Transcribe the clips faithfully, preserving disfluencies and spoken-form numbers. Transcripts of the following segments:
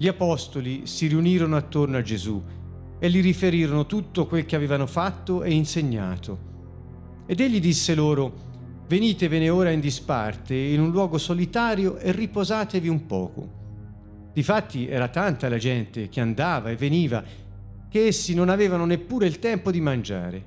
Gli apostoli si riunirono attorno a Gesù e gli riferirono tutto quel che avevano fatto e insegnato. Ed egli disse loro: venitevene ora in disparte in un luogo solitario e riposatevi un poco. Difatti era tanta la gente che andava e veniva che essi non avevano neppure il tempo di mangiare.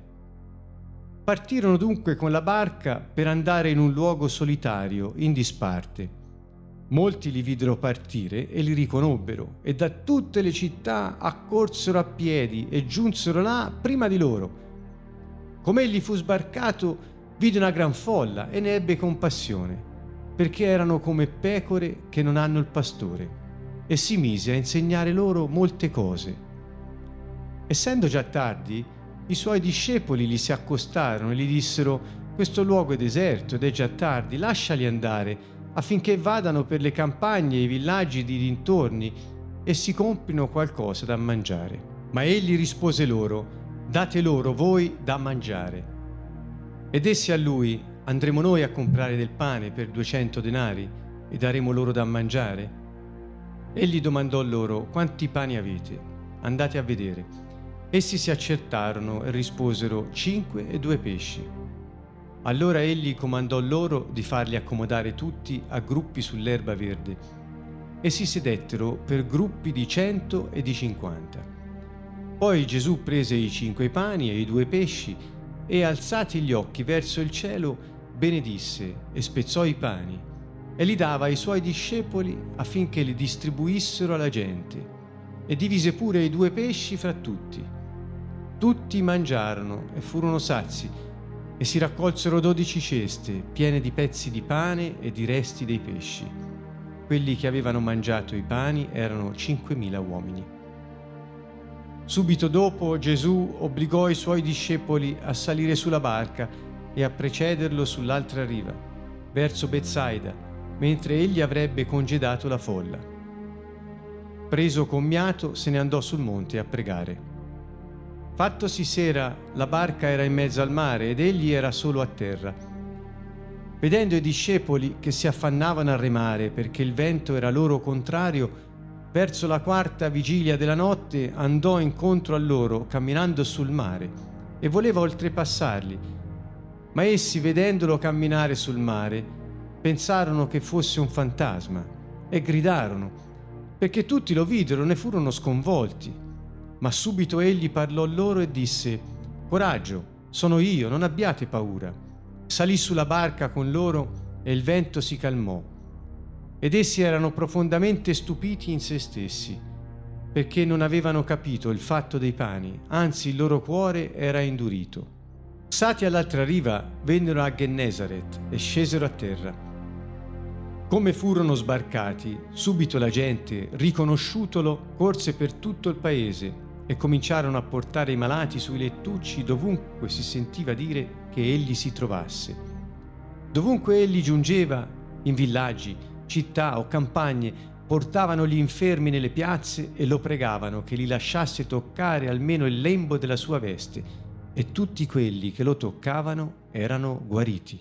Partirono dunque con la barca per andare in un luogo solitario in disparte. Molti li videro partire e li riconobbero, e da tutte le città accorsero a piedi e giunsero là prima di loro. Come egli fu sbarcato, vide una gran folla e ne ebbe compassione, perché erano come pecore che non hanno il pastore, e si mise a insegnare loro molte cose. Essendo già tardi, i suoi discepoli gli si accostarono e gli dissero: questo luogo è deserto ed è già tardi, lasciali andare, affinché vadano per le campagne e i villaggi di dintorni e si comprino qualcosa da mangiare. Ma egli rispose loro: date loro voi da mangiare. Ed essi a lui: andremo noi a comprare del pane per duecento denari e daremo loro da mangiare? Egli domandò loro: quanti pani avete? Andate a vedere. Essi si accertarono e risposero: cinque e due pesci. Allora egli comandò loro di farli accomodare tutti a gruppi sull'erba verde, e si sedettero per gruppi di cento e di cinquanta. Poi Gesù prese i cinque pani e i due pesci e, alzati gli occhi verso il cielo, benedisse e spezzò i pani e li dava ai suoi discepoli affinché li distribuissero alla gente, e divise pure i due pesci fra tutti. Tutti mangiarono e furono sazi, e si raccolsero dodici ceste piene di pezzi di pane e di resti dei pesci. Quelli che avevano mangiato i pani erano cinquemila uomini. Subito dopo Gesù obbligò i suoi discepoli a salire sulla barca e a precederlo sull'altra riva, verso Betsaida, mentre egli avrebbe congedato la folla. Preso commiato, se ne andò sul monte a pregare. Fattosi sera, la barca era in mezzo al mare ed egli era solo a terra. Vedendo i discepoli che si affannavano a remare perché il vento era loro contrario, verso la quarta vigilia della notte andò incontro a loro camminando sul mare e voleva oltrepassarli. Ma essi, vedendolo camminare sul mare, pensarono che fosse un fantasma e gridarono, perché tutti lo videro e ne furono sconvolti. Ma subito egli parlò loro e disse: coraggio, sono io, non abbiate paura. Salì sulla barca con loro e il vento si calmò. Ed essi erano profondamente stupiti in se stessi, perché non avevano capito il fatto dei pani, anzi il loro cuore era indurito. Passati all'altra riva, vennero a Gennesaret e scesero a terra. Come furono sbarcati, subito la gente, riconosciutolo, corse per tutto il paese e cominciarono a portare i malati sui lettucci dovunque si sentiva dire che egli si trovasse. Dovunque egli giungeva, in villaggi, città o campagne, portavano gli infermi nelle piazze e lo pregavano che li lasciasse toccare almeno il lembo della sua veste, e tutti quelli che lo toccavano erano guariti.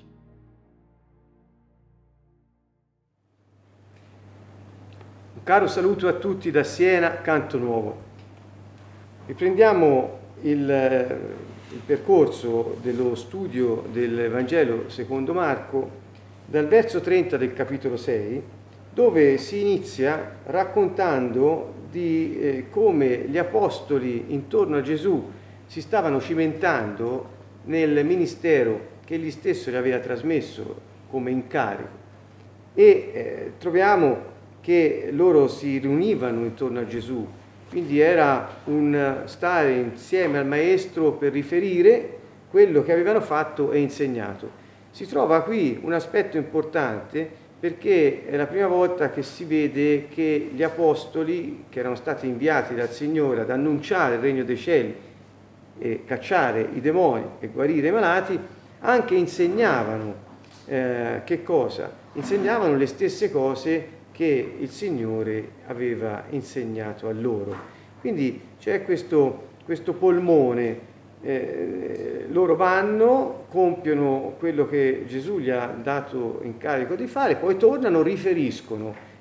Un caro saluto a tutti da Siena, Canto Nuovo. Riprendiamo il, il percorso dello studio del Vangelo secondo Marco dal verso trenta del capitolo sei, dove si inizia raccontando di eh, come gli apostoli intorno a Gesù si stavano cimentando nel ministero che egli stesso gli aveva trasmesso come incarico, e eh, troviamo che loro si riunivano intorno a Gesù. Quindi era un stare insieme al Maestro per riferire quello che avevano fatto e insegnato. Si trova qui un aspetto importante, perché è la prima volta che si vede che gli apostoli, che erano stati inviati dal Signore ad annunciare il regno dei cieli e cacciare i demoni e guarire i malati, anche insegnavano eh, che cosa? Insegnavano le stesse cose che il Signore aveva insegnato a loro. Quindi c'è questo, questo polmone, eh, loro vanno, compiono quello che Gesù gli ha dato incarico di fare, poi tornano, riferiscono,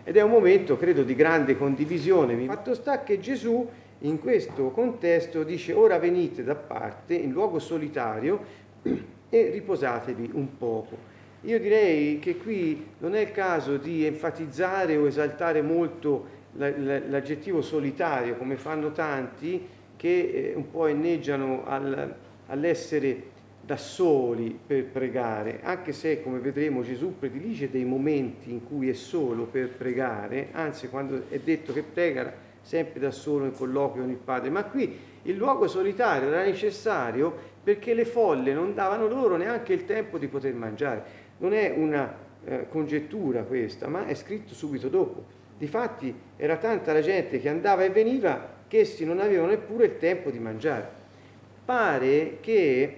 ed è un momento, credo, di grande condivisione. Fatto sta che Gesù in questo contesto dice: ora venite da parte in luogo solitario e riposatevi un poco. Io direi che qui non è il caso di enfatizzare o esaltare molto l'aggettivo solitario, come fanno tanti che un po' inneggiano al, all'essere da soli per pregare, anche se, come vedremo, Gesù predilige dei momenti in cui è solo per pregare, anzi quando è detto che prega sempre da solo in colloquio con il Padre, ma qui il luogo solitario era necessario perché le folle non davano loro neanche il tempo di poter mangiare. Non è una eh, congettura questa, ma è scritto subito dopo. Difatti era tanta la gente che andava e veniva che essi non avevano neppure il tempo di mangiare. Pare che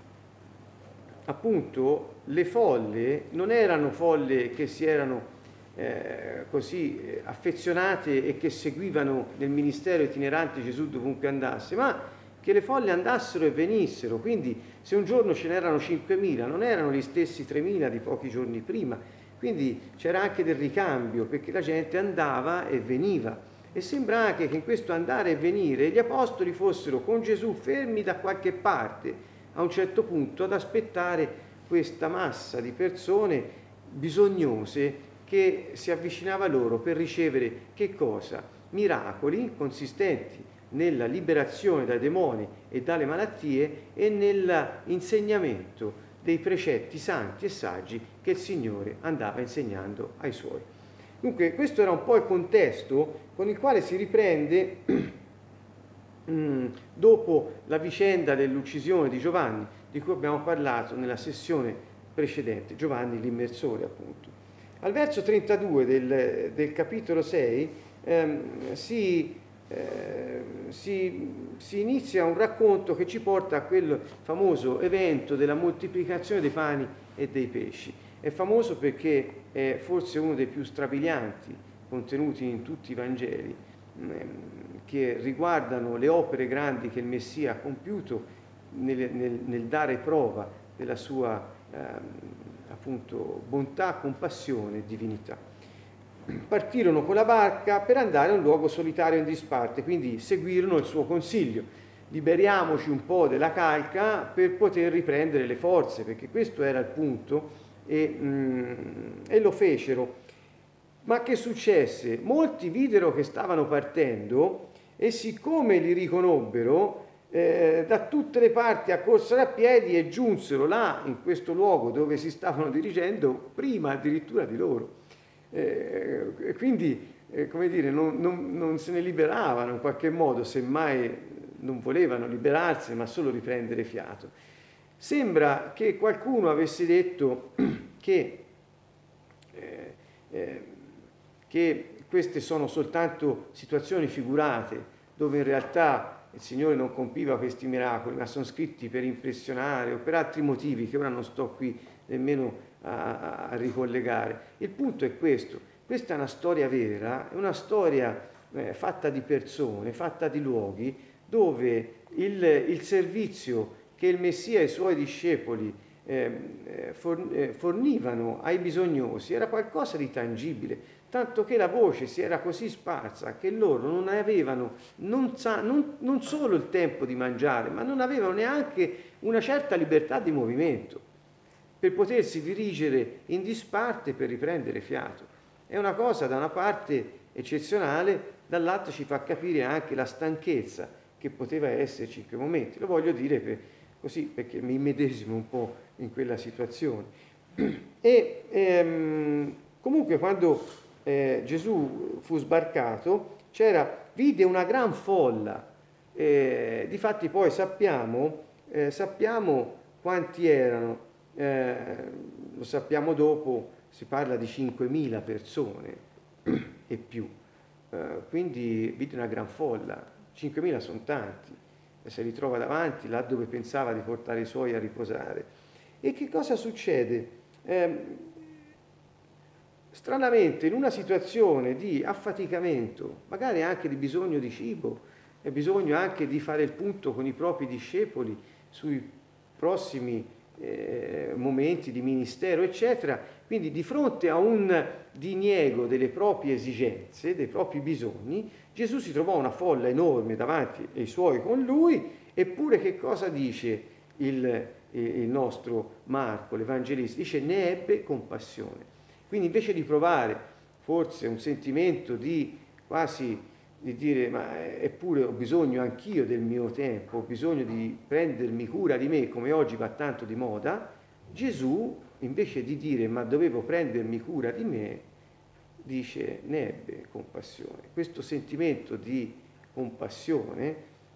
appunto le folle non erano folle che si erano eh, così affezionate e che seguivano nel ministero itinerante Gesù dovunque andasse, ma che le folle andassero e venissero. Quindi se un giorno ce n'erano cinquemila, non erano gli stessi tremila di pochi giorni prima. Quindi c'era anche del ricambio, perché la gente andava e veniva. E sembra anche che in questo andare e venire gli apostoli fossero con Gesù fermi da qualche parte, a un certo punto, ad aspettare questa massa di persone bisognose che si avvicinava a loro per ricevere che cosa? Miracoli consistenti nella liberazione dai demoni e dalle malattie e nell'insegnamento dei precetti santi e saggi che il Signore andava insegnando ai Suoi. Dunque questo era un po' il contesto con il quale si riprende dopo la vicenda dell'uccisione di Giovanni, di cui abbiamo parlato nella sessione precedente, Giovanni l'immersore appunto. Al verso trentadue del, del capitolo sei ehm, si, eh, si, si inizia un racconto che ci porta a quel famoso evento della moltiplicazione dei pani e dei pesci. È famoso perché è forse uno dei più strabilianti contenuti in tutti i Vangeli, che riguardano le opere grandi che il Messia ha compiuto nel, nel, nel dare prova della sua eh, appunto bontà, compassione e divinità. Partirono con la barca per andare a un luogo solitario in disparte, quindi seguirono il suo consiglio: liberiamoci un po' della calca per poter riprendere le forze, perché questo era il punto, e, mm, e lo fecero. Ma che successe? Molti videro che stavano partendo e siccome li riconobbero, eh, da tutte le parti accorsero a piedi e giunsero là, in questo luogo dove si stavano dirigendo, prima addirittura di loro. Eh, e quindi, eh, come dire, non, non, non se ne liberavano in qualche modo, semmai non volevano liberarsi, ma solo riprendere fiato. Sembra che qualcuno avesse detto che... Eh, eh, che queste sono soltanto situazioni figurate, dove in realtà il Signore non compiva questi miracoli, ma sono scritti per impressionare o per altri motivi che ora non sto qui nemmeno a, a ricollegare. Il punto è questo: questa è una storia vera, è una storia eh, fatta di persone, fatta di luoghi, dove il, il servizio che il Messia e i suoi discepoli eh, fornivano ai bisognosi era qualcosa di tangibile, tanto che la voce si era così sparsa che loro non avevano non, sa, non, non solo il tempo di mangiare, ma non avevano neanche una certa libertà di movimento per potersi dirigere in disparte per riprendere fiato. È una cosa da una parte eccezionale, dall'altra ci fa capire anche la stanchezza che poteva esserci in quei momenti. Lo voglio dire per, così perché mi immedesimo un po' in quella situazione. E ehm, comunque quando Eh, Gesù fu sbarcato, c'era, vide una gran folla, eh, difatti poi sappiamo, eh, sappiamo quanti erano, eh, lo sappiamo dopo, si parla di cinquemila persone e più, eh, quindi vide una gran folla, cinquemila sono tanti, e se li trova davanti là dove pensava di portare i suoi a riposare. E che cosa succede? Eh, Stranamente, in una situazione di affaticamento, magari anche di bisogno di cibo, e bisogno anche di fare il punto con i propri discepoli sui prossimi eh, momenti di ministero, eccetera. Quindi di fronte a un diniego delle proprie esigenze, dei propri bisogni, Gesù si trovò una folla enorme davanti ai suoi con lui, eppure che cosa dice il, il nostro Marco, l'Evangelista? Dice: ne ebbe compassione. Quindi invece di provare forse un sentimento di quasi di dire ma eppure ho bisogno anch'io del mio tempo, ho bisogno di prendermi cura di me, come oggi va tanto di moda, Gesù invece di dire ma dovevo prendermi cura di me, dice ne ebbe compassione. Questo sentimento di compassione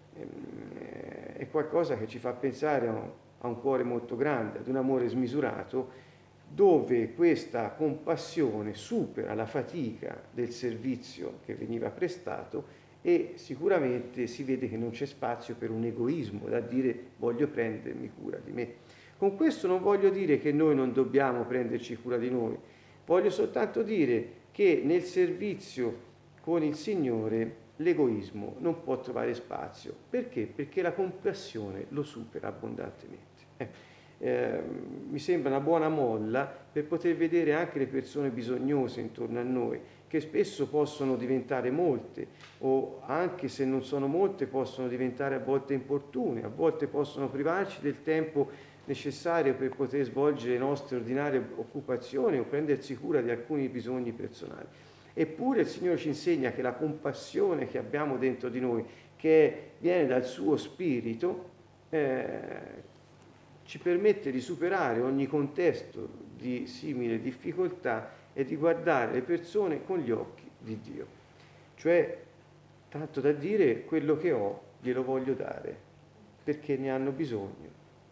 ehm, è qualcosa che ci fa pensare a un, a un cuore molto grande, ad un amore smisurato, dove questa compassione supera la fatica del servizio che veniva prestato e sicuramente si vede che non c'è spazio per un egoismo, da dire voglio prendermi cura di me. Con questo non voglio dire che noi non dobbiamo prenderci cura di noi, voglio soltanto dire che nel servizio con il Signore l'egoismo non può trovare spazio. Perché? Perché la compassione lo supera abbondantemente. Eh. Eh, mi sembra una buona molla per poter vedere anche le persone bisognose intorno a noi, che spesso possono diventare molte, o anche se non sono molte possono diventare a volte importune, a volte possono privarci del tempo necessario per poter svolgere le nostre ordinarie occupazioni o prendersi cura di alcuni bisogni personali. Eppure il Signore ci insegna che la compassione che abbiamo dentro di noi, che viene dal suo spirito, eh, ci permette di superare ogni contesto di simile difficoltà e di guardare le persone con gli occhi di Dio. Cioè, tanto da dire, quello che ho glielo voglio dare, perché ne hanno bisogno.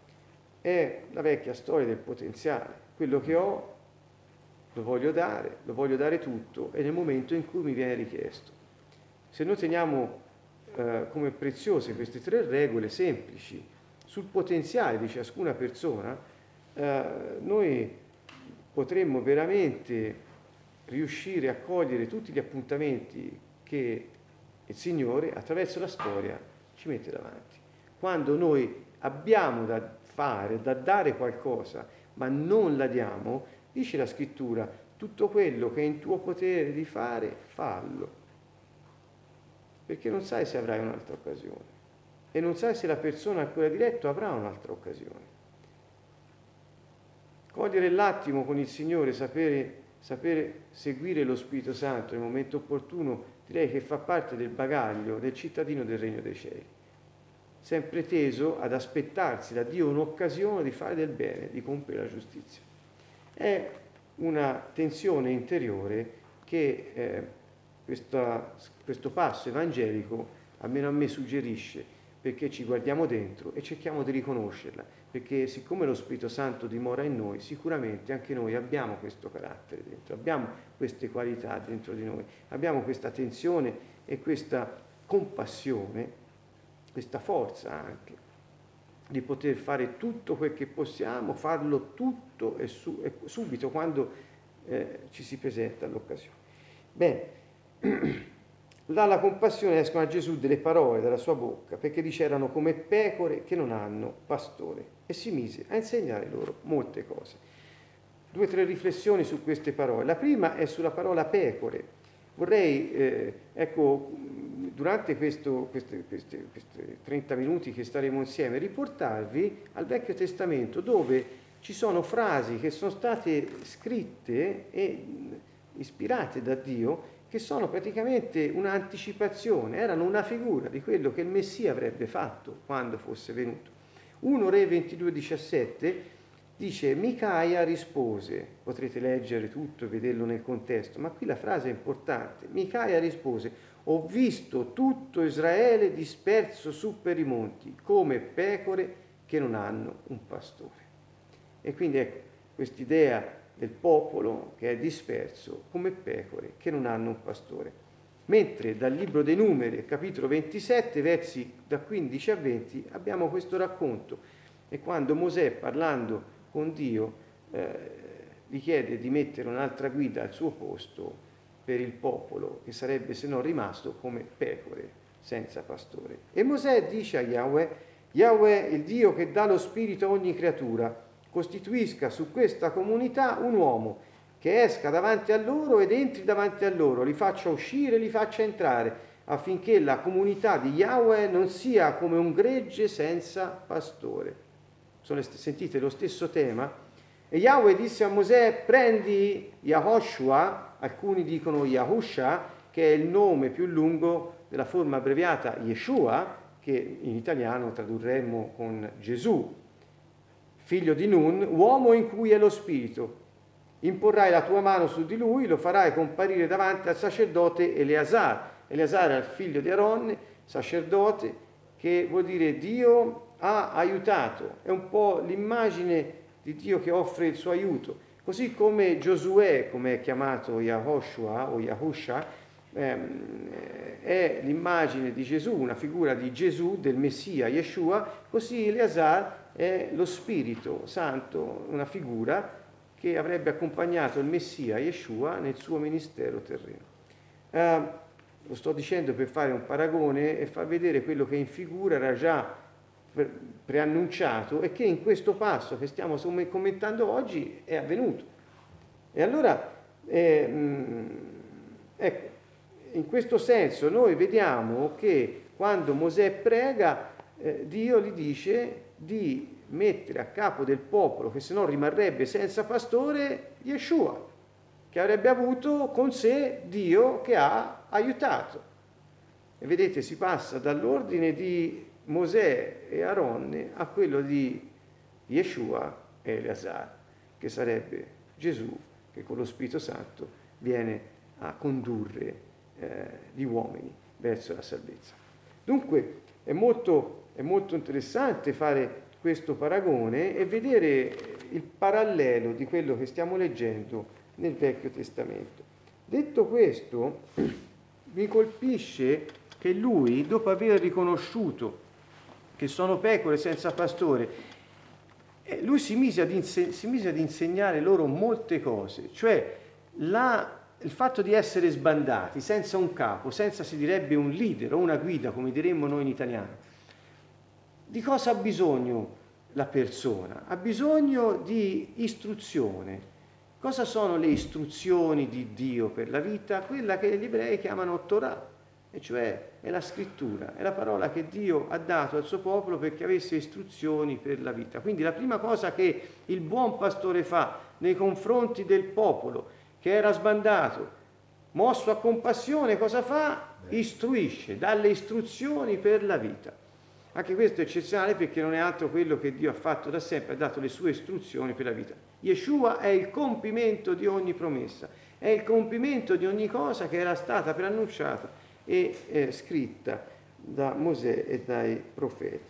È la vecchia storia del potenziale. Quello che ho lo voglio dare, lo voglio dare tutto, e nel momento in cui mi viene richiesto. Se noi teniamo eh, come preziose queste tre regole semplici sul potenziale di ciascuna persona, eh, noi potremmo veramente riuscire a cogliere tutti gli appuntamenti che il Signore attraverso la storia ci mette davanti. Quando noi abbiamo da fare, da dare qualcosa, ma non la diamo, dice la Scrittura: tutto quello che è in tuo potere di fare, fallo, perché non sai se avrai un'altra occasione. E non sai se la persona a cui hai diretto avrà un'altra occasione. Cogliere l'attimo con il Signore, sapere, sapere seguire lo Spirito Santo nel momento opportuno, direi che fa parte del bagaglio del cittadino del Regno dei Cieli, sempre teso ad aspettarsi da Dio un'occasione di fare del bene, di compiere la giustizia. È una tensione interiore che eh, questa, questo passo evangelico, almeno a me, suggerisce, perché ci guardiamo dentro e cerchiamo di riconoscerla, perché siccome lo Spirito Santo dimora in noi, sicuramente anche noi abbiamo questo carattere dentro, abbiamo queste qualità dentro di noi, abbiamo questa tensione e questa compassione, questa forza anche di poter fare tutto quel che possiamo, farlo tutto e, su, e subito quando eh, ci si presenta l'occasione. Bene. Dalla compassione escono a Gesù delle parole dalla sua bocca, perché dice erano come pecore che non hanno pastore, e si mise a insegnare loro molte cose. Due o tre riflessioni su queste parole. La prima è sulla parola pecore. Vorrei, eh, ecco, durante questo, queste, queste, questi trenta minuti che staremo insieme, riportarvi al Vecchio Testamento, dove ci sono frasi che sono state scritte e ispirate da Dio, che sono praticamente un'anticipazione, erano una figura di quello che il Messia avrebbe fatto quando fosse venuto. primo Re ventidue diciassette dice: Micaia rispose, potrete leggere tutto e vederlo nel contesto, ma qui la frase è importante. Micaia rispose: ho visto tutto Israele disperso su per i monti, come pecore che non hanno un pastore. E quindi ecco, quest'idea del popolo che è disperso come pecore che non hanno un pastore. Mentre dal libro dei Numeri, capitolo ventisette, versi da quindici a venti, abbiamo questo racconto. E quando Mosè, parlando con Dio, eh, gli chiede di mettere un'altra guida al suo posto per il popolo, che sarebbe se no rimasto come pecore senza pastore. E Mosè dice a Yahweh: Yahweh, il Dio che dà lo spirito a ogni creatura, costituisca su questa comunità un uomo che esca davanti a loro ed entri davanti a loro, li faccia uscire, li faccia entrare, affinché la comunità di Yahweh non sia come un gregge senza pastore. Sono, sentite lo stesso tema? E Yahweh disse a Mosè: prendi Yahoshua, alcuni dicono Yahusha, che è il nome più lungo della forma abbreviata Yeshua, che in italiano tradurremmo con Gesù, figlio di Nun, uomo in cui è lo spirito. Imporrai la tua mano su di lui, lo farai comparire davanti al sacerdote Eleazar. Eleazar è il figlio di Aaron, sacerdote, che vuol dire Dio ha aiutato. È un po' l'immagine di Dio che offre il suo aiuto. Così come Giosuè, come è chiamato Yahoshua o Yahusha, ehm, è l'immagine di Gesù, una figura di Gesù, del Messia, Yeshua, così Eleazar è lo Spirito Santo, una figura che avrebbe accompagnato il Messia, Yeshua, nel suo ministero terreno. Eh, lo sto dicendo per fare un paragone e far vedere quello che in figura era già preannunciato e che in questo passo che stiamo commentando oggi è avvenuto. E allora, eh, ecco, in questo senso noi vediamo che quando Mosè prega, eh, Dio gli dice di mettere a capo del popolo, che se no rimarrebbe senza pastore, Yeshua, che avrebbe avuto con sé Dio che ha aiutato. E vedete, si passa dall'ordine di Mosè e Aaron a quello di Yeshua e Eleazar, che sarebbe Gesù, che con lo Spirito Santo viene a condurre eh, gli uomini verso la salvezza. Dunque è molto, è molto interessante fare questo paragone e vedere il parallelo di quello che stiamo leggendo nel Vecchio Testamento. Detto questo, mi colpisce che lui, dopo aver riconosciuto che sono pecore senza pastore, lui si mise ad, inse- si mise ad insegnare loro molte cose, cioè la, il fatto di essere sbandati, senza un capo, senza, si direbbe, un leader o una guida, come diremmo noi in italiano. Di cosa ha bisogno la persona? Ha bisogno di istruzione. Cosa sono le istruzioni di Dio per la vita? Quella che gli ebrei chiamano Torah, e cioè è la scrittura, è la parola che Dio ha dato al suo popolo perché avesse istruzioni per la vita. Quindi la prima cosa che il buon pastore fa nei confronti del popolo che era sbandato, mosso a compassione, cosa fa? Istruisce, dà le istruzioni per la vita. Anche questo è eccezionale perché non è altro quello che Dio ha fatto da sempre, ha dato le sue istruzioni per la vita. Yeshua è il compimento di ogni promessa, è il compimento di ogni cosa che era stata preannunciata e eh, scritta da Mosè e dai profeti.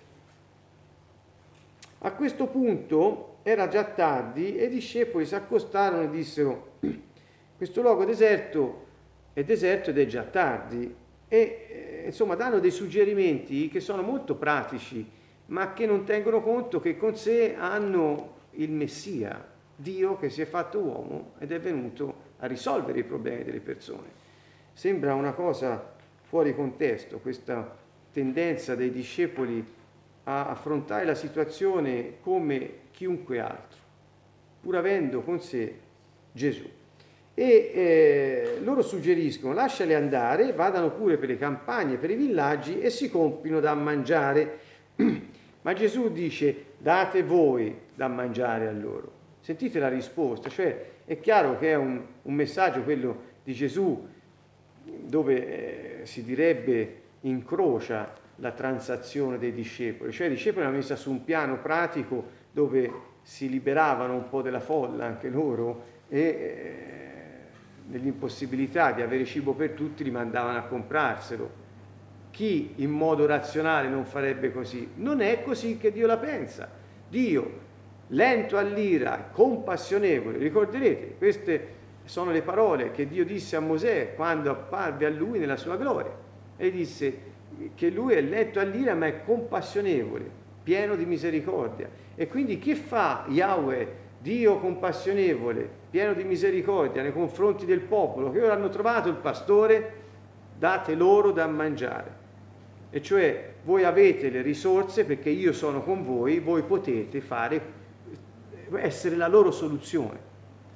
A questo punto era già tardi e i discepoli si accostarono e dissero: questo luogo deserto è deserto ed è già tardi. E eh, insomma danno dei suggerimenti che sono molto pratici, ma che non tengono conto che con sé hanno il Messia, Dio che si è fatto uomo ed è venuto a risolvere i problemi delle persone. Sembra una cosa fuori contesto questa tendenza dei discepoli a affrontare la situazione come chiunque altro, pur avendo con sé Gesù. E eh, loro suggeriscono: lasciali andare, vadano pure per le campagne, per i villaggi e si compino da mangiare. Ma Gesù dice: date voi da mangiare a loro. Sentite la risposta, cioè è chiaro che è un, un messaggio, quello di Gesù, dove eh, si direbbe incrocia la transazione dei discepoli, cioè i discepoli hanno messo su un piano pratico dove si liberavano un po' della folla anche loro e eh, nell'impossibilità di avere cibo per tutti li mandavano a comprarselo. Chi in modo razionale non farebbe così? Non è così che Dio la pensa. Dio, lento all'ira, compassionevole, ricorderete, queste sono le parole che Dio disse a Mosè quando apparve a lui nella sua gloria, e disse che lui è lento all'ira ma è compassionevole, pieno di misericordia. E quindi che fa Yahweh, Dio compassionevole, pieno di misericordia nei confronti del popolo che ora hanno trovato il pastore? Date loro da mangiare. E cioè voi avete le risorse perché io sono con voi, voi potete fare, essere la loro soluzione.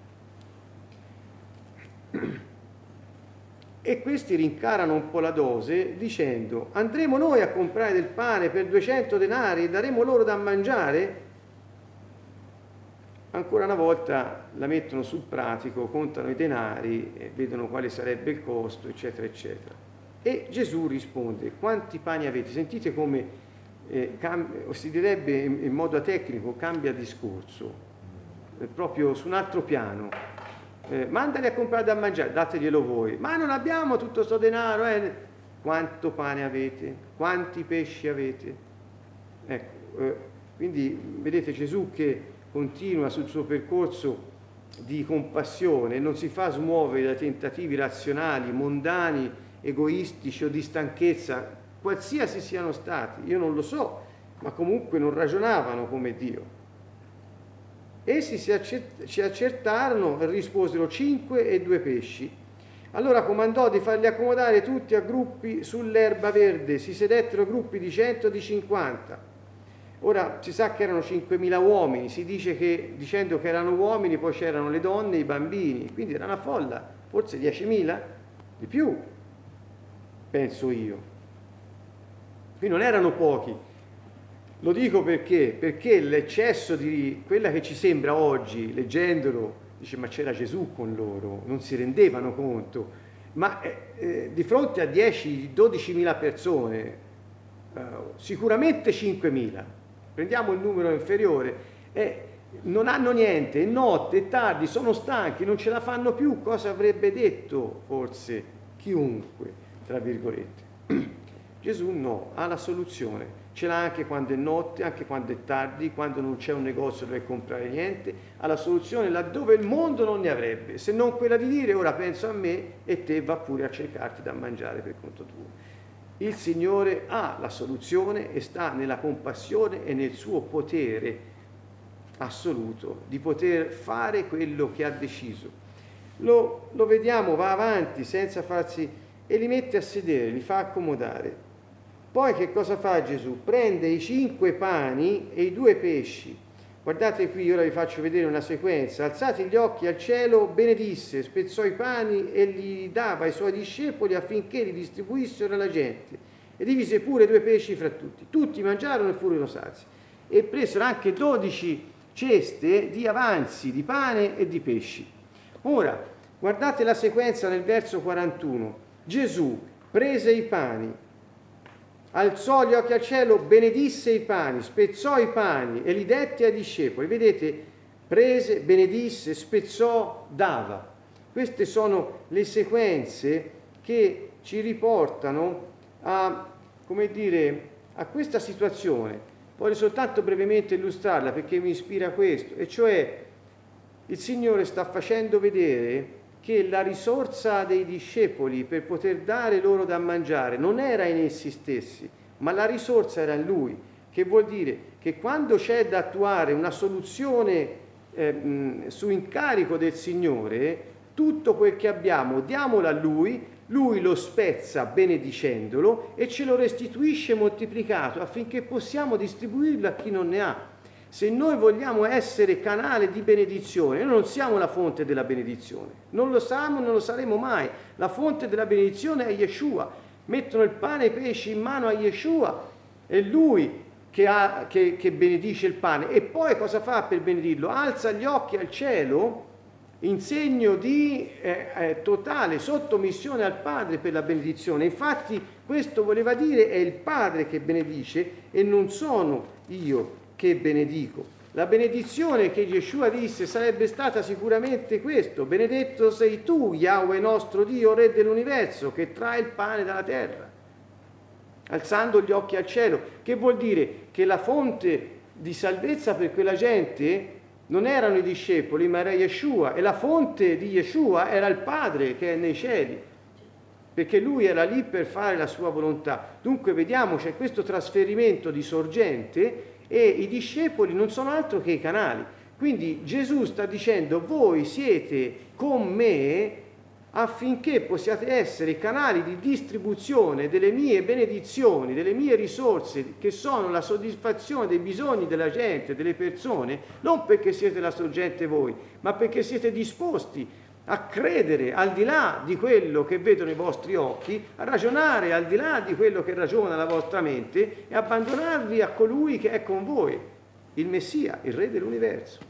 E questi rincarano un po' la dose dicendo: andremo noi a comprare del pane per duecento denari e daremo loro da mangiare? Ancora una volta la mettono sul pratico, contano i denari, e vedono quale sarebbe il costo, eccetera, eccetera. E Gesù risponde: quanti pani avete? Sentite come eh, cam- si direbbe in, in modo tecnico, cambia discorso, eh, proprio su un altro piano. Eh, mandali a comprare da mangiare, dateglielo voi. Ma non abbiamo tutto sto denaro, eh. Quanto pane avete? Quanti pesci avete? Ecco, eh, quindi vedete Gesù che continua sul suo percorso di compassione, non si fa smuovere dai tentativi razionali, mondani, egoistici o di stanchezza, qualsiasi siano stati, io non lo so, ma comunque non ragionavano come Dio. Essi si accertarono e risposero: cinque e due pesci. Allora comandò di farli accomodare tutti a gruppi sull'erba verde, si sedettero gruppi di cento e di cinquanta. Ora si sa che erano cinquemila uomini, si dice che dicendo che erano uomini poi c'erano le donne e i bambini, quindi era una folla, forse diecimila? Di più, penso io. Qui non erano pochi. Lo dico perché? Perché l'eccesso di quella che ci sembra oggi, leggendolo, dice ma c'era Gesù con loro, non si rendevano conto, ma eh, di fronte a dieci dodicimila persone, eh, sicuramente cinquemila, prendiamo il numero inferiore, eh, non hanno niente, è notte, è tardi, sono stanchi, non ce la fanno più, cosa avrebbe detto forse chiunque, tra virgolette? Gesù no, ha la soluzione. Ce l'ha anche quando è notte, anche quando è tardi, quando non c'è un negozio dove comprare niente, ha la soluzione laddove il mondo non ne avrebbe, se non quella di dire: ora penso a me e te va pure a cercarti da mangiare per conto tuo. Il Signore ha la soluzione e sta nella compassione e nel suo potere assoluto di poter fare quello che ha deciso. Lo, lo vediamo, va avanti senza farsi, e li mette a sedere, li fa accomodare. Poi che cosa fa Gesù? Prende i cinque pani e i due pesci. Guardate qui, ora vi faccio vedere una sequenza. Alzati gli occhi al cielo, benedisse, spezzò i pani e li dava ai suoi discepoli affinché li distribuissero alla gente. E divise pure due pesci fra tutti. Tutti mangiarono e furono sazi. E presero anche dodici ceste di avanzi di pane e di pesci. Ora, guardate la sequenza nel verso quarantuno. Gesù prese i pani, alzò gli occhi al cielo, benedisse i pani, spezzò i pani e li dette ai discepoli. Vedete, prese, benedisse, spezzò, dava. Queste sono le sequenze che ci riportano a, come dire, a questa situazione. Voglio soltanto brevemente illustrarla perché mi ispira questo, e cioè il Signore sta facendo vedere che la risorsa dei discepoli per poter dare loro da mangiare non era in essi stessi, ma la risorsa era in Lui, che vuol dire che quando c'è da attuare una soluzione eh, mh, su incarico del Signore, tutto quel che abbiamo diamolo a Lui, Lui lo spezza benedicendolo e ce lo restituisce moltiplicato affinché possiamo distribuirlo a chi non ne ha. Se noi vogliamo essere canale di benedizione, noi non siamo la fonte della benedizione, non lo siamo, non lo saremo mai. La fonte della benedizione è Yeshua. Mettono il pane e i pesci in mano a Yeshua, è Lui che, ha, che, che benedice il pane. E poi cosa fa per benedirlo? Alza gli occhi al cielo in segno di eh, eh, totale sottomissione al Padre per la benedizione. Infatti questo voleva dire è il Padre che benedice e non sono io che benedico. La benedizione che Yeshua disse sarebbe stata sicuramente questo: benedetto sei tu, Yahweh nostro Dio, Re dell'universo, che trae il pane dalla terra, alzando gli occhi al cielo, che vuol dire che la fonte di salvezza per quella gente non erano i discepoli, ma era Yeshua, e la fonte di Yeshua era il Padre che è nei cieli, perché lui era lì per fare la sua volontà. Dunque vediamo c'è questo trasferimento di sorgente e i discepoli non sono altro che i canali. Quindi Gesù sta dicendo: voi siete con me affinché possiate essere canali di distribuzione delle mie benedizioni, delle mie risorse, che sono la soddisfazione dei bisogni della gente, delle persone, non perché siete la sorgente voi, ma perché siete disposti a credere al di là di quello che vedono i vostri occhi, a ragionare al di là di quello che ragiona la vostra mente e abbandonarvi a colui che è con voi, il Messia, il Re dell'universo.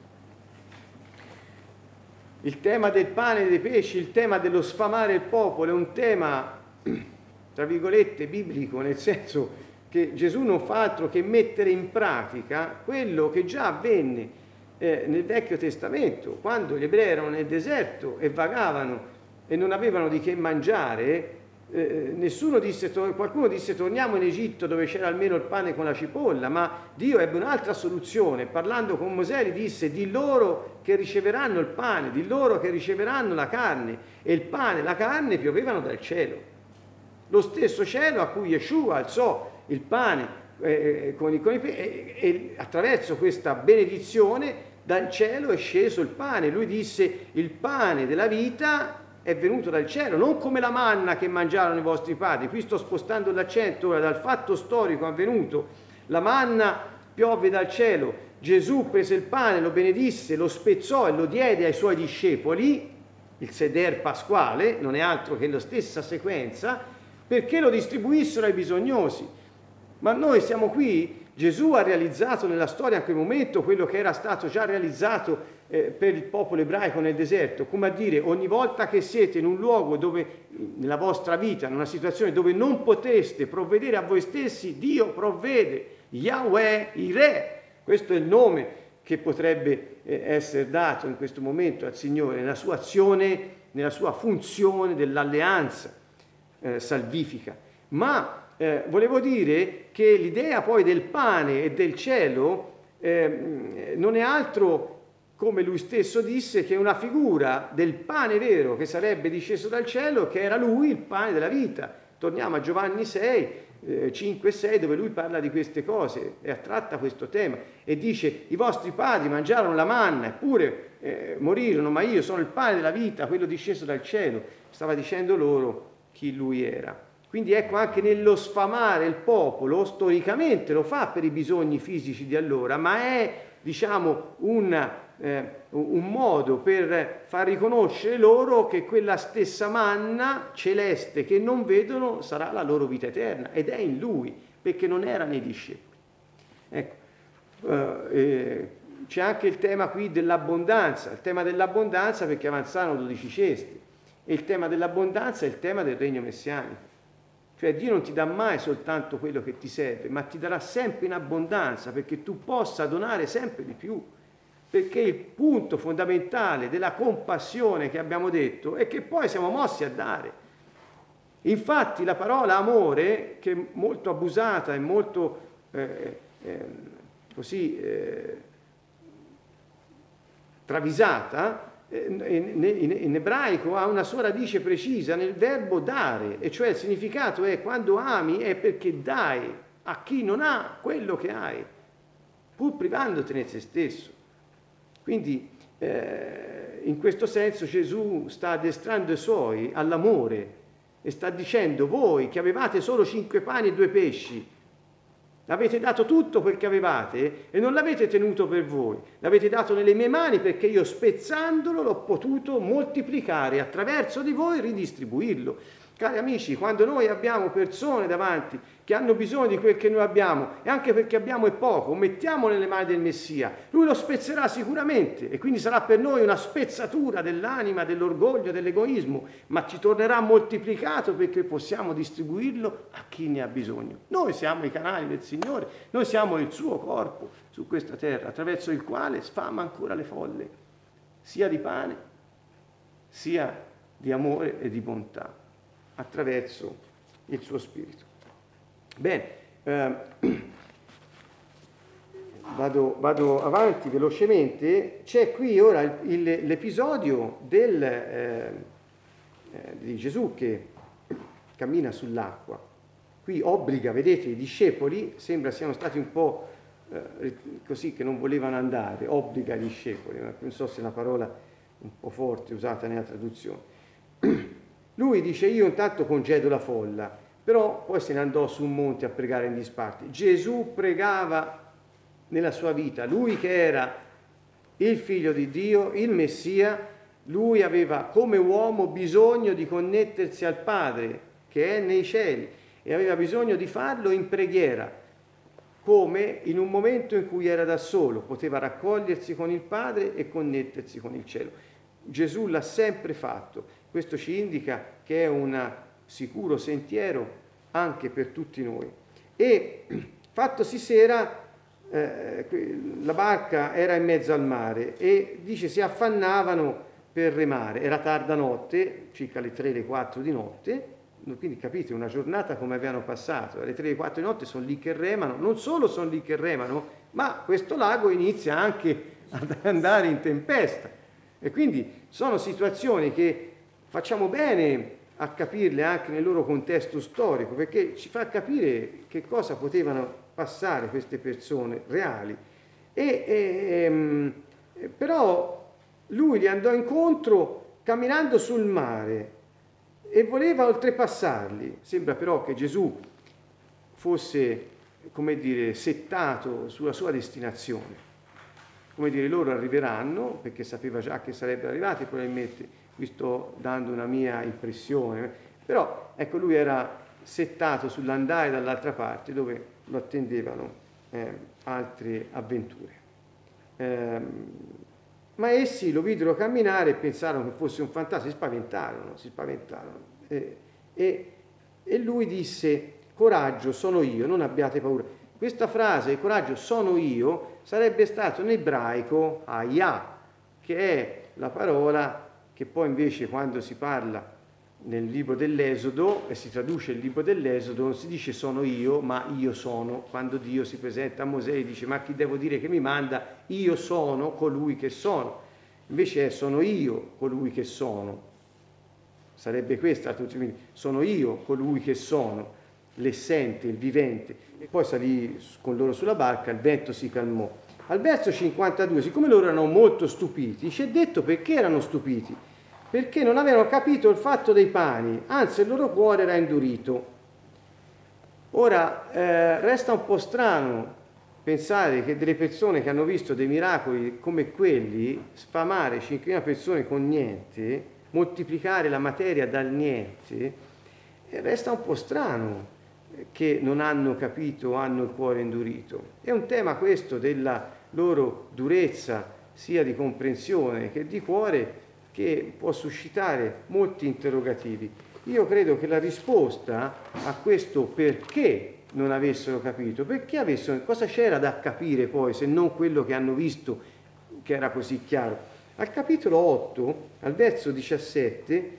Il tema del pane e dei pesci, il tema dello sfamare il popolo è un tema, tra virgolette, biblico, nel senso che Gesù non fa altro che mettere in pratica quello che già avvenne eh, nel Vecchio Testamento, quando gli ebrei erano nel deserto e vagavano e non avevano di che mangiare. Eh, nessuno disse, qualcuno disse torniamo in Egitto dove c'era almeno il pane con la cipolla, ma Dio ebbe un'altra soluzione. Parlando con Mosè gli disse: di loro che riceveranno il pane, di loro che riceveranno la carne, e il pane e la carne piovevano dal cielo, lo stesso cielo a cui Yeshua alzò il pane eh, con i, con i, e, e attraverso questa benedizione dal cielo è sceso il pane. Lui disse: il pane della vita è venuto dal cielo, non come la manna che mangiarono i vostri padri. Qui sto spostando l'accento ora dal fatto storico avvenuto. La manna piove dal cielo, Gesù prese il pane, lo benedisse, lo spezzò e lo diede ai suoi discepoli, il seder pasquale, non è altro che la stessa sequenza, perché lo distribuissero ai bisognosi. Ma noi siamo qui, Gesù ha realizzato nella storia in quel momento quello che era stato già realizzato eh, per il popolo ebraico nel deserto, come a dire, ogni volta che siete in un luogo dove, nella vostra vita, in una situazione dove non poteste provvedere a voi stessi, Dio provvede, Yahweh, Ire, questo è il nome che potrebbe eh, essere dato in questo momento al Signore, nella sua azione, nella sua funzione dell'alleanza eh, salvifica. Ma Eh, volevo dire che l'idea poi del pane e del cielo eh, non è altro, come lui stesso disse, che una figura del pane vero che sarebbe disceso dal cielo, che era lui il pane della vita. Torniamo a Giovanni sei, eh, cinque e sei, dove lui parla di queste cose e tratta questo tema e dice: i vostri padri mangiarono la manna eppure eh, morirono, ma io sono il pane della vita, quello disceso dal cielo. Stava dicendo loro chi lui era. Quindi ecco, anche nello sfamare il popolo, storicamente lo fa per i bisogni fisici di allora, ma è, diciamo, un, eh, un modo per far riconoscere loro che quella stessa manna celeste che non vedono sarà la loro vita eterna, ed è in lui, perché non era nei discepoli. Ecco, eh, eh, c'è anche il tema qui dell'abbondanza, il tema dell'abbondanza perché avanzarono dodici cesti, e il tema dell'abbondanza è il tema del regno messianico. Cioè Dio non ti dà mai soltanto quello che ti serve, ma ti darà sempre in abbondanza perché tu possa donare sempre di più. Perché il punto fondamentale della compassione che abbiamo detto è che poi siamo mossi a dare. Infatti la parola amore, che è molto abusata e molto eh, eh, così eh, travisata, in ebraico ha una sua radice precisa nel verbo dare, e cioè il significato è: quando ami è perché dai a chi non ha quello che hai, pur privandotene te stesso. Quindi eh, in questo senso Gesù sta addestrando i suoi all'amore e sta dicendo: voi che avevate solo cinque pani e due pesci, l'avete dato tutto perché avevate e non l'avete tenuto per voi. L'avete dato nelle mie mani perché io, spezzandolo, l'ho potuto moltiplicare e attraverso di voi ridistribuirlo. Cari amici, quando noi abbiamo persone davanti che hanno bisogno di quel che noi abbiamo, e anche perché abbiamo è poco, mettiamo nelle mani del Messia, lui lo spezzerà sicuramente, e quindi sarà per noi una spezzatura dell'anima, dell'orgoglio, dell'egoismo, ma ci tornerà moltiplicato perché possiamo distribuirlo a chi ne ha bisogno. Noi siamo i canali del Signore, noi siamo il suo corpo su questa terra, attraverso il quale sfama ancora le folle, sia di pane, sia di amore e di bontà, attraverso il suo spirito. Bene, eh, vado, vado avanti velocemente. C'è qui ora il, il, l'episodio del, eh, eh, di Gesù che cammina sull'acqua. Qui obbliga, vedete, i discepoli, sembra siano stati un po' eh, così che non volevano andare, obbliga i discepoli, non so se è una parola un po' forte usata nella traduzione. Lui dice: io intanto congedo la folla, però poi se ne andò su un monte a pregare in disparte. Gesù pregava nella sua vita, lui che era il figlio di Dio, il Messia, lui aveva come uomo bisogno di connettersi al Padre che è nei cieli e aveva bisogno di farlo in preghiera, come in un momento in cui era da solo, poteva raccogliersi con il Padre e connettersi con il cielo. Gesù l'ha sempre fatto. Questo ci indica che è un sicuro sentiero anche per tutti noi. E fattosi sera, eh, la barca era in mezzo al mare e dice si affannavano per remare. Era tarda notte, circa le tre, le quattro di notte, quindi capite una giornata come avevano passato. Alle tre, le quattro di notte sono lì che remano, non solo sono lì che remano, ma questo lago inizia anche ad andare in tempesta. E quindi sono situazioni che facciamo bene a capirle anche nel loro contesto storico, perché ci fa capire che cosa potevano passare queste persone reali. E, e, però lui gli andò incontro camminando sul mare e voleva oltrepassarli. Sembra però che Gesù fosse, come dire, settato sulla sua destinazione. Come dire, loro arriveranno, perché sapeva già che sarebbero arrivati, probabilmente, qui sto dando una mia impressione, però ecco, lui era settato sull'andare dall'altra parte dove lo attendevano eh, altre avventure. Eh, ma essi lo videro camminare e pensarono che fosse un fantasma, si spaventarono, si spaventarono. Eh, e, e lui disse: coraggio, sono io, non abbiate paura. Questa frase, coraggio, sono io, sarebbe stato in ebraico ayah, che è la parola che poi invece quando si parla nel libro dell'Esodo e si traduce il libro dell'Esodo non si dice sono io, ma io sono. Quando Dio si presenta a Mosè e dice: ma chi devo dire che mi manda? Io sono colui che sono. Invece è sono io colui che sono. Sarebbe questa la traduzione, quindi sono io colui che sono, l'essente, il vivente. E poi salì con loro sulla barca, il vento si calmò. Al verso cinquantadue, siccome loro erano molto stupiti, ci è detto perché erano stupiti. Perché non avevano capito il fatto dei pani, anzi il loro cuore era indurito. Ora, eh, resta un po' strano pensare che delle persone che hanno visto dei miracoli come quelli, sfamare cinquemila persone con niente, moltiplicare la materia dal niente, resta un po' strano che non hanno capito, hanno il cuore indurito. È un tema questo della loro durezza, sia di comprensione che di cuore, che può suscitare molti interrogativi. Io credo che la risposta a questo perché non avessero capito, perché avessero, cosa c'era da capire poi se non quello che hanno visto che era così chiaro? Al capitolo otto, al verso diciassette,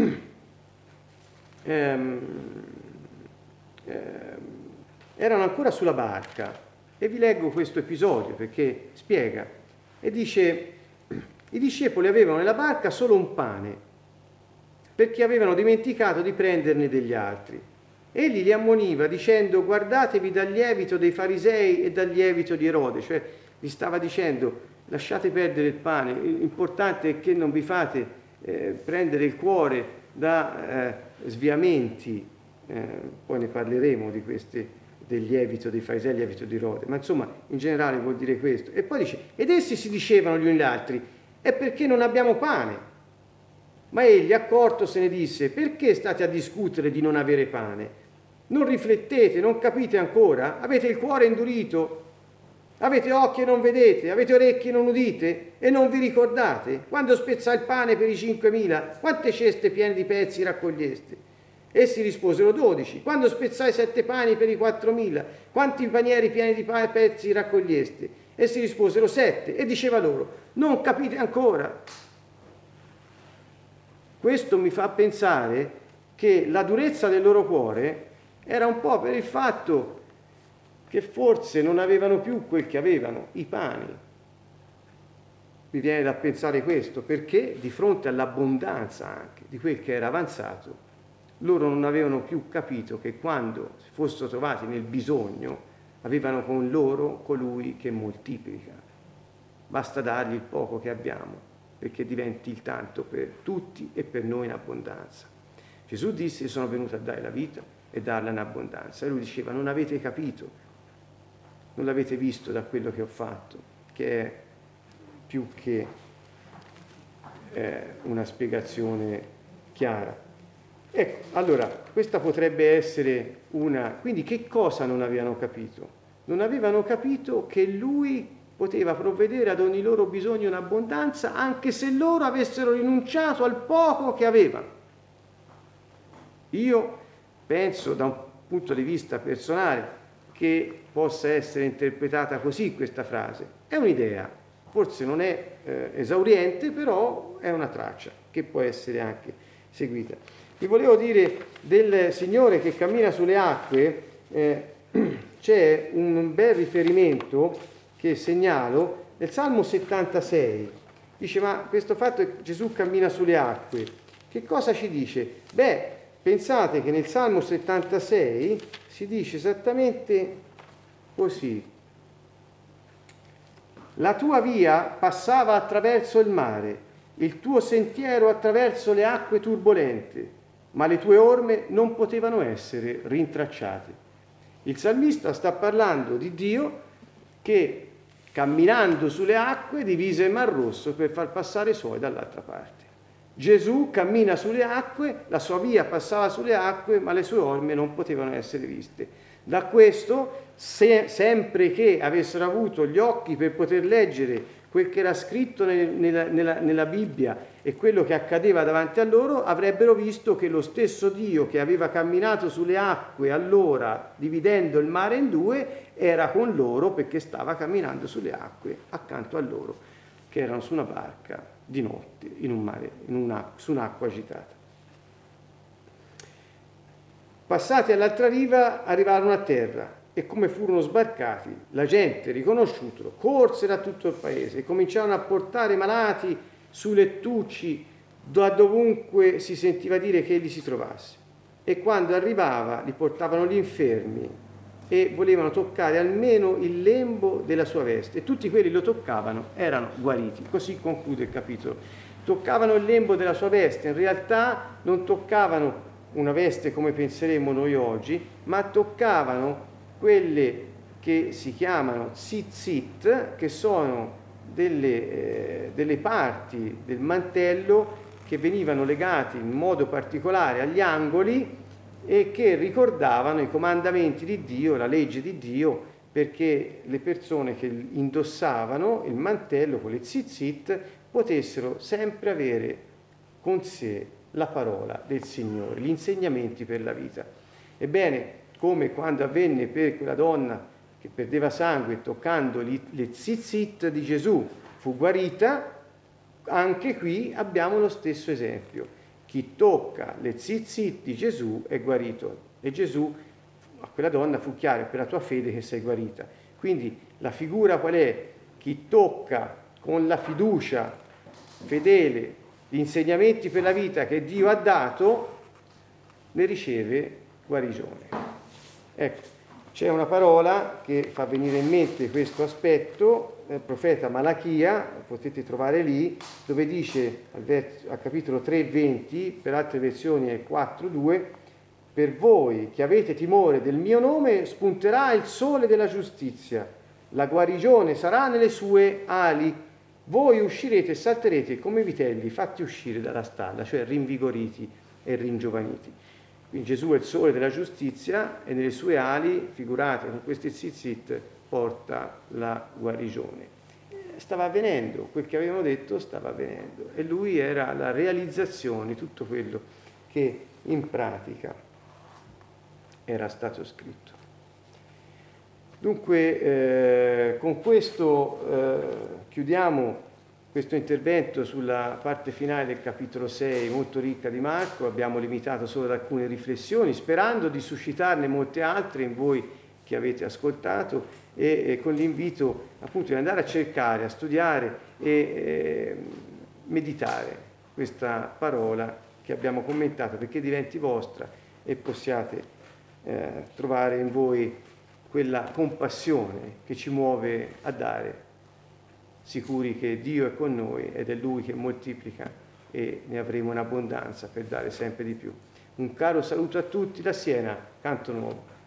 ehm, ehm, erano ancora sulla barca e vi leggo questo episodio perché spiega e dice: i discepoli avevano nella barca solo un pane, perché avevano dimenticato di prenderne degli altri. Egli li ammoniva dicendo: guardatevi dal lievito dei farisei e dal lievito di Erode. Cioè gli stava dicendo: lasciate perdere il pane, l'importante è che non vi fate eh, prendere il cuore da eh, sviamenti, eh, poi ne parleremo di questi, del lievito dei farisei e del lievito di Erode, ma insomma in generale vuol dire questo. E poi dice: ed essi si dicevano gli uni agli altri: è perché non abbiamo pane. Ma egli, accorto, se ne disse: perché state a discutere di non avere pane? Non riflettete, non capite ancora? Avete il cuore indurito? Avete occhi e non vedete? Avete orecchie e non udite? E non vi ricordate? Quando spezzai il pane per i cinquemila, quante ceste piene di pezzi raccoglieste? Essi risposero: dodici. Quando spezzai sette pani per i quattromila, quanti panieri pieni di pezzi raccoglieste? Essi risposero: sette. E diceva loro: non capite ancora? Questo mi fa pensare che la durezza del loro cuore era un po' per il fatto che forse non avevano più quel che avevano, i pani. Mi viene da pensare questo, perché di fronte all'abbondanza anche di quel che era avanzato, loro non avevano più capito che quando si fossero trovati nel bisogno, avevano con loro colui che moltiplica. Basta dargli il poco che abbiamo, perché diventi il tanto per tutti e per noi in abbondanza. Gesù disse: io sono venuto a dare la vita e darla in abbondanza. E lui diceva: non avete capito, non l'avete visto da quello che ho fatto, che è più che eh, una spiegazione chiara. Ecco, allora, questa potrebbe essere una... Quindi che cosa non avevano capito? Non avevano capito che lui poteva provvedere ad ogni loro bisogno in abbondanza, anche se loro avessero rinunciato al poco che avevano. Io penso, da un punto di vista personale, che possa essere interpretata così questa frase. È un'idea, forse non è eh, esauriente, però è una traccia che può essere anche seguita. Vi volevo dire del Signore che cammina sulle acque, eh, c'è un bel riferimento che segnalo nel Salmo settantasei. Dice: ma questo fatto che Gesù cammina sulle acque, che cosa ci dice? Beh, pensate che nel Salmo settantasei si dice esattamente così: la tua via passava attraverso il mare, il tuo sentiero attraverso le acque turbolente, ma le tue orme non potevano essere rintracciate. Il salmista sta parlando di Dio che, camminando sulle acque, divise il Mar Rosso per far passare i suoi dall'altra parte. Gesù cammina sulle acque, la sua via passava sulle acque, ma le sue orme non potevano essere viste. Da questo, se, sempre che avessero avuto gli occhi per poter leggere quel che era scritto nel, nella, nella, nella Bibbia e quello che accadeva davanti a loro, avrebbero visto che lo stesso Dio che aveva camminato sulle acque allora, dividendo il mare in due, era con loro perché stava camminando sulle acque accanto a loro, che erano su una barca di notte, in un mare, in una, su un'acqua agitata. Passati all'altra riva, arrivarono a terra e come furono sbarcati, la gente, riconosciutolo, corse da tutto il paese e cominciarono a portare malati sui lettucci da dovunque si sentiva dire che egli si trovasse. E quando arrivava li portavano gli infermi e volevano toccare almeno il lembo della sua veste, e tutti quelli lo toccavano erano guariti. Così conclude il capitolo. Toccavano il lembo della sua veste, in realtà non toccavano una veste come penseremmo noi oggi, ma toccavano quelle che si chiamano tzitzit, che sono delle, eh, delle parti del mantello che venivano legati in modo particolare agli angoli e che ricordavano i comandamenti di Dio, la legge di Dio, perché le persone che indossavano il mantello con le tzitzit potessero sempre avere con sé la parola del Signore, gli insegnamenti per la vita. Ebbene, come quando avvenne per quella donna che perdeva sangue toccando le tzitzit di Gesù fu guarita, anche qui abbiamo lo stesso esempio. Chi tocca le tzitzit di Gesù è guarito. E Gesù, a quella donna, fu chiaro: per la tua fede che sei guarita. Quindi la figura qual è? Chi tocca con la fiducia fedele gli insegnamenti per la vita che Dio ha dato, ne riceve guarigione. Ecco, c'è una parola che fa venire in mente questo aspetto, il profeta Malachia, potete trovare lì, dove dice al, verso, al capitolo tre venti, per altre versioni è quattro due: per voi che avete timore del mio nome spunterà il sole della giustizia, la guarigione sarà nelle sue ali, voi uscirete e salterete come vitelli fatti uscire dalla stalla, cioè rinvigoriti e ringiovaniti. Quindi Gesù è il sole della giustizia e nelle sue ali, figurate con questi tzitzit, porta la guarigione. Stava avvenendo, quel che avevano detto stava avvenendo, e lui era la realizzazione di tutto quello che in pratica era stato scritto. Dunque, eh, con questo eh, chiudiamo questo intervento sulla parte finale del capitolo sei, molto ricca di Marco. Abbiamo limitato solo ad alcune riflessioni, sperando di suscitarne molte altre in voi che avete ascoltato, e, e con l'invito appunto di andare a cercare, a studiare e eh, meditare questa parola che abbiamo commentato, perché diventi vostra e possiate eh, trovare in voi quella compassione che ci muove a dare, sicuri che Dio è con noi ed è Lui che moltiplica e ne avremo in abbondanza per dare sempre di più. Un caro saluto a tutti da Siena, Canto Nuovo.